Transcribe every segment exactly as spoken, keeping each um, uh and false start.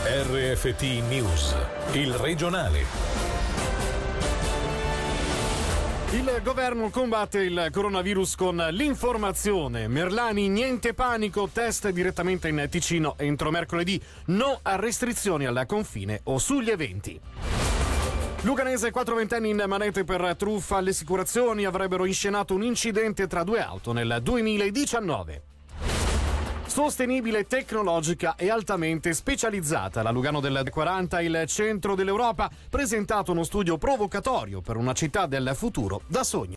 R F T News, il regionale. Il governo combatte il coronavirus con l'informazione. Merlani, niente panico, test direttamente in Ticino entro mercoledì. No a restrizioni al confine o sugli eventi. Luganese, quattro ventenni in manette per truffa alle assicurazioni, avrebbero inscenato un incidente tra due auto nel duemiladiciannove. Sostenibile, tecnologica e altamente specializzata. La Lugano del quaranta, il centro dell'Europa, presentato uno studio provocatorio per una città del futuro da sogno.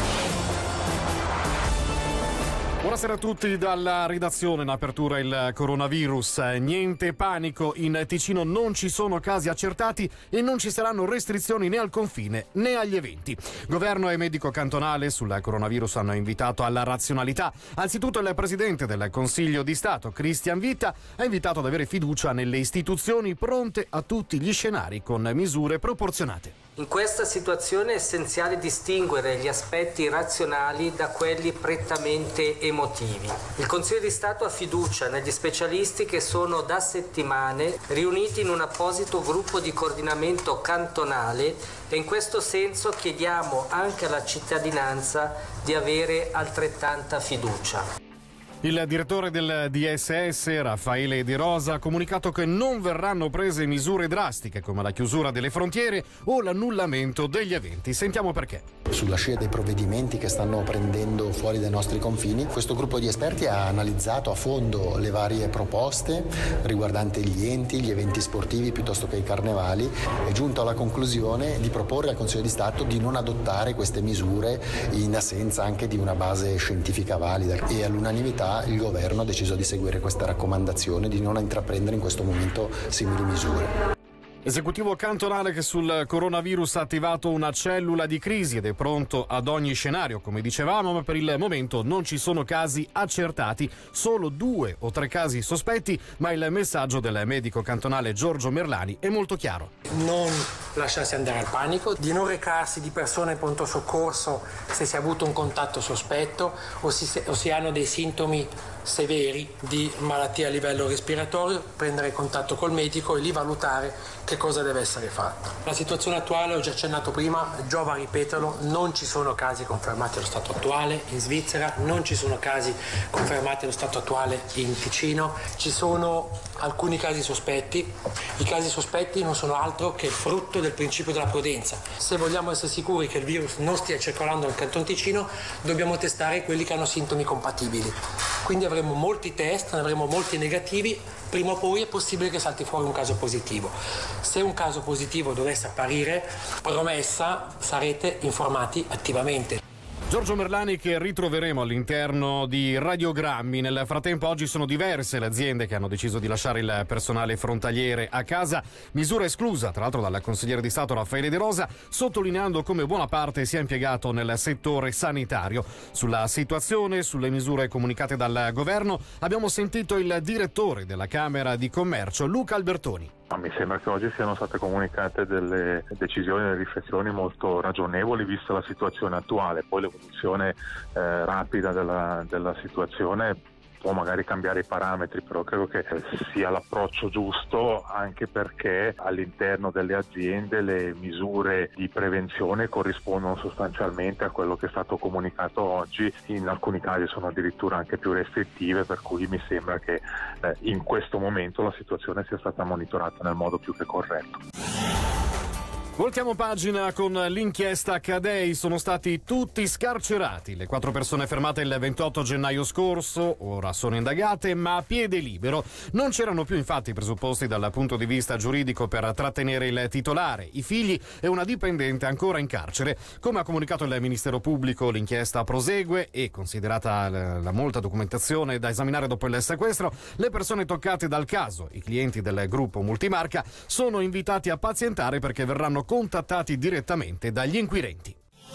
Buonasera a tutti dalla redazione. In apertura il coronavirus. Niente panico, in Ticino non ci sono casi accertati e non ci saranno restrizioni né al confine né agli eventi. Governo e medico cantonale sul coronavirus hanno invitato alla razionalità. Anzitutto il presidente del Consiglio di Stato, Christian Witta, ha invitato ad avere fiducia nelle istituzioni pronte a tutti gli scenari con misure proporzionate. In questa situazione è essenziale distinguere gli aspetti razionali da quelli prettamente emotivi. Il Consiglio di Stato ha fiducia negli specialisti che sono da settimane riuniti in un apposito gruppo di coordinamento cantonale e in questo senso chiediamo anche alla cittadinanza di avere altrettanta fiducia. Il direttore del D S S, Raffaele De Rosa, ha comunicato che non verranno prese misure drastiche come la chiusura delle frontiere o l'annullamento degli eventi. Sentiamo perché. Sulla scia dei provvedimenti che stanno prendendo fuori dai nostri confini, questo gruppo di esperti ha analizzato a fondo le varie proposte riguardanti gli enti, gli eventi sportivi piuttosto che i carnevali. È giunto alla conclusione di proporre al Consiglio di Stato di non adottare queste misure in assenza anche di una base scientifica valida, e all'unanimità il governo ha deciso di seguire questa raccomandazione di non intraprendere in questo momento simili misure. Esecutivo cantonale che sul coronavirus ha attivato una cellula di crisi ed è pronto ad ogni scenario, come dicevamo, ma per il momento non ci sono casi accertati, solo due o tre casi sospetti, ma il messaggio del medico cantonale Giorgio Merlani è molto chiaro. Non lasciarsi andare al panico, di non recarsi di persona in pronto soccorso se si è avuto un contatto sospetto o si, o si hanno dei sintomi severi di malattia a livello respiratorio, prendere contatto col medico e lì valutare che cosa deve essere fatto. La situazione attuale, ho già accennato prima, giova a ripeterlo, non ci sono casi confermati allo stato attuale in Svizzera, non ci sono casi confermati allo stato attuale in Ticino, ci sono alcuni casi sospetti. I casi sospetti non sono altro che il frutto del principio della prudenza. Se vogliamo essere sicuri che il virus non stia circolando nel Canton Ticino, dobbiamo testare quelli che hanno sintomi compatibili. Quindi avremo molti test, ne avremo molti negativi, prima o poi è possibile che salti fuori un caso positivo. Se un caso positivo dovesse apparire, promessa, sarete informati attivamente. Giorgio Merlani che ritroveremo all'interno di Radiogrammi. Nel frattempo oggi sono diverse le aziende che hanno deciso di lasciare il personale frontaliere a casa, misura esclusa tra l'altro dal consigliere di Stato Raffaele De Rosa, sottolineando come buona parte sia impiegato nel settore sanitario. Sulla situazione, sulle misure comunicate dal governo, abbiamo sentito il direttore della Camera di Commercio, Luca Albertoni. Mi sembra che oggi siano state comunicate delle decisioni e delle riflessioni molto ragionevoli vista la situazione attuale. Poi l'evoluzione eh, rapida della, della situazione può magari cambiare i parametri, però credo che sia l'approccio giusto, anche perché all'interno delle aziende le misure di prevenzione corrispondono sostanzialmente a quello che è stato comunicato oggi, in alcuni casi sono addirittura anche più restrittive, per cui mi sembra che eh, in questo momento la situazione sia stata monitorata nel modo più che corretto. Voltiamo pagina con l'inchiesta Cadei. Sono stati tutti scarcerati. Le quattro persone fermate il ventotto gennaio scorso ora sono indagate, ma a piede libero. Non c'erano più infatti i presupposti dal punto di vista giuridico per trattenere il titolare, i figli e una dipendente ancora in carcere. Come ha comunicato il Ministero Pubblico, l'inchiesta prosegue e, considerata la molta documentazione da esaminare dopo il sequestro, le persone toccate dal caso, i clienti del gruppo multimarca, sono invitati a pazientare perché verranno contattati direttamente dagli inquirenti.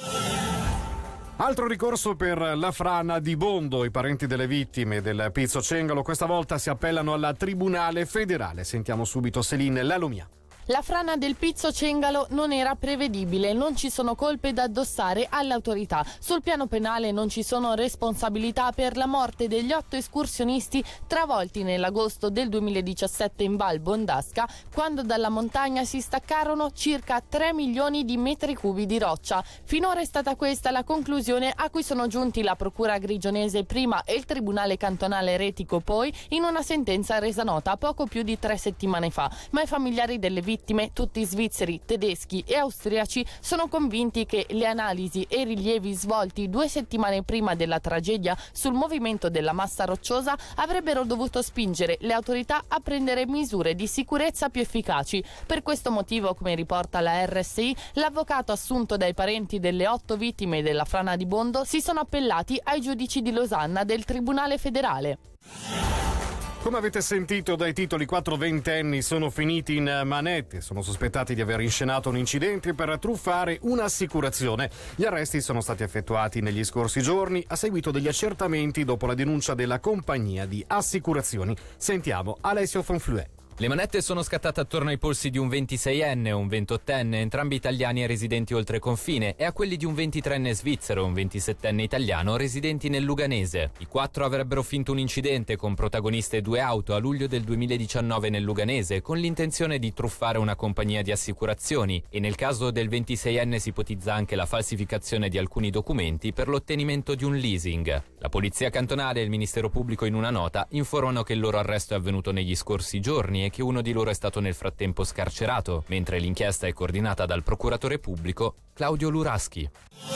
Altro ricorso per la frana di Bondo. I parenti delle vittime del Pizzo Cengalo questa volta si appellano al Tribunale federale. Sentiamo subito Céline Lalomia. La frana del Pizzo Cengalo non era prevedibile, non ci sono colpe da addossare alle autorità. Sul piano penale non ci sono responsabilità per la morte degli otto escursionisti travolti nell'agosto del duemiladiciassette in Val Bondasca, quando dalla montagna si staccarono circa tre milioni di metri cubi di roccia. Finora è stata questa la conclusione a cui sono giunti la Procura Agrigionese prima e il Tribunale Cantonale Retico poi, in una sentenza resa nota poco più di tre settimane fa. Ma i familiari delle vittime, tutti svizzeri, tedeschi e austriaci, sono convinti che le analisi e i rilievi svolti due settimane prima della tragedia sul movimento della massa rocciosa avrebbero dovuto spingere le autorità a prendere misure di sicurezza più efficaci. Per questo motivo, come riporta la R S I, l'avvocato assunto dai parenti delle otto vittime della frana di Bondo si sono appellati ai giudici di Losanna del Tribunale Federale. Come avete sentito dai titoli, quattro ventenni sono finiti in manette, sono sospettati di aver inscenato un incidente per truffare un'assicurazione. Gli arresti sono stati effettuati negli scorsi giorni a seguito degli accertamenti dopo la denuncia della compagnia di assicurazioni. Sentiamo Alessio Fonfluet. Le manette sono scattate attorno ai polsi di un ventiseienne e un ventottenne, entrambi italiani e residenti oltre confine, e a quelli di un ventitreenne svizzero e un ventisettenne italiano residenti nel Luganese. I quattro avrebbero finto un incidente con protagoniste due auto a luglio del duemiladiciannove nel Luganese con l'intenzione di truffare una compagnia di assicurazioni, e nel caso del ventiseienne si ipotizza anche la falsificazione di alcuni documenti per l'ottenimento di un leasing. La Polizia Cantonale e il Ministero Pubblico in una nota informano che il loro arresto è avvenuto negli scorsi giorni e che uno di loro è stato nel frattempo scarcerato, mentre l'inchiesta è coordinata dal procuratore pubblico Claudio Luraschi.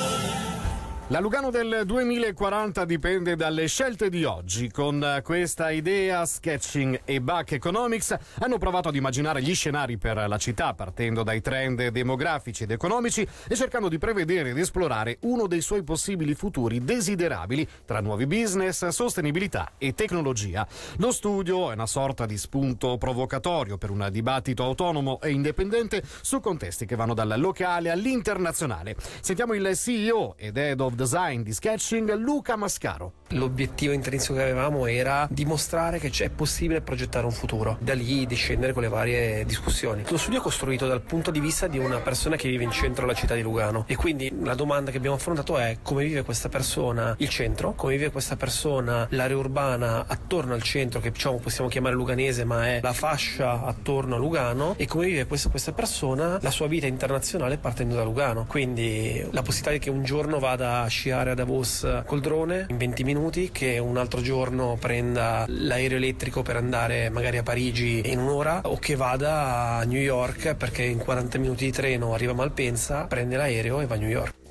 La Lugano del duemilaquaranta dipende dalle scelte di oggi. Con questa idea, Sketching e Buck Economics hanno provato ad immaginare gli scenari per la città, partendo dai trend demografici ed economici e cercando di prevedere ed esplorare uno dei suoi possibili futuri desiderabili tra nuovi business, sostenibilità e tecnologia. Lo studio è una sorta di spunto provocatorio per un dibattito autonomo e indipendente su contesti che vanno dal locale all'internazionale. Sentiamo il C E O ed Head of Design di Sketching, Luca Mascaro. L'obiettivo intrinseco che avevamo era dimostrare che c'è possibile progettare un futuro, da lì discendere con le varie discussioni. Lo studio è costruito dal punto di vista di una persona che vive in centro alla città di Lugano, e quindi la domanda che abbiamo affrontato è: come vive questa persona il centro, come vive questa persona l'area urbana attorno al centro, che diciamo possiamo chiamare luganese ma è la fascia attorno a Lugano, e come vive questa, questa persona la sua vita internazionale partendo da Lugano. Quindi la possibilità che un giorno vada a sciare a Davos col drone in venti minuti, che un altro giorno prenda l'aereo elettrico per andare magari a Parigi in un'ora, o che vada a New York perché in quaranta minuti di treno arriva a Malpensa, prende l'aereo e va a New York.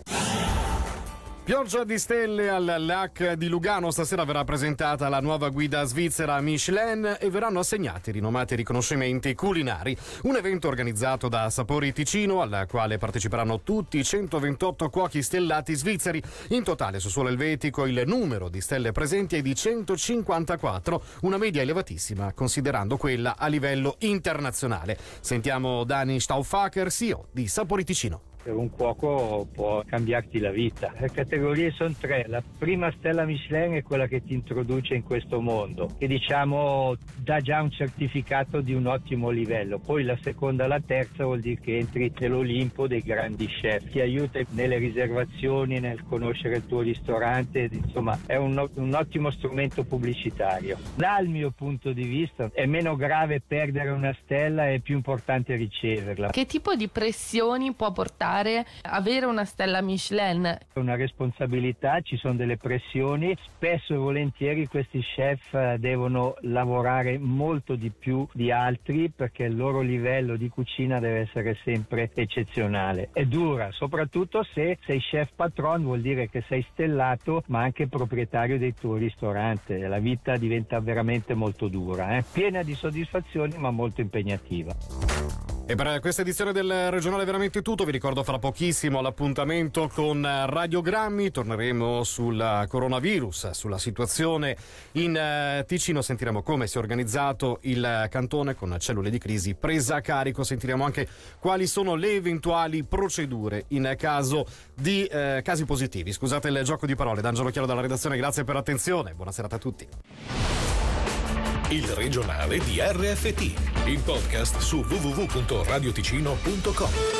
Pioggia di stelle al Lac di Lugano. Stasera verrà presentata la nuova guida svizzera Michelin e verranno assegnati rinomati riconoscimenti culinari. Un evento organizzato da Sapori Ticino, al quale parteciperanno tutti i centoventotto cuochi stellati svizzeri. In totale su suolo elvetico il numero di stelle presenti è di centocinquantaquattro, una media elevatissima considerando quella a livello internazionale. Sentiamo Dani Stauffacher, C E O di Sapori Ticino. Per un cuoco può cambiarti la vita. Le categorie sono tre. La prima stella Michelin è quella che ti introduce in questo mondo, che diciamo dà già un certificato di un ottimo livello. Poi la seconda e la terza vuol dire che entri nell'Olimpo dei grandi chef. Ti aiuta nelle riservazioni, nel conoscere il tuo ristorante, insomma è un, un ottimo strumento pubblicitario. Dal mio punto di vista è meno grave perdere una stella, è più importante riceverla. Che tipo di pressioni può portare avere una stella Michelin? È una responsabilità, ci sono delle pressioni, spesso e volentieri questi chef devono lavorare molto di più di altri perché il loro livello di cucina deve essere sempre eccezionale. È dura, soprattutto se sei chef patron, vuol dire che sei stellato ma anche proprietario del tuo ristorante. La vita diventa veramente molto dura, eh? Piena di soddisfazioni ma molto impegnativa. E per questa edizione del regionale è veramente tutto. Vi ricordo fra pochissimo l'appuntamento con Radiogrammi. Torneremo sul coronavirus, sulla situazione in Ticino. Sentiremo come si è organizzato il cantone con cellule di crisi presa a carico. Sentiremo anche quali sono le eventuali procedure in caso di eh, casi positivi. Scusate il gioco di parole. D'Angelo Chiaro dalla redazione, grazie per l'attenzione. Buona serata a tutti. il regionale di R F T, il podcast su w w w punto radioticino punto com.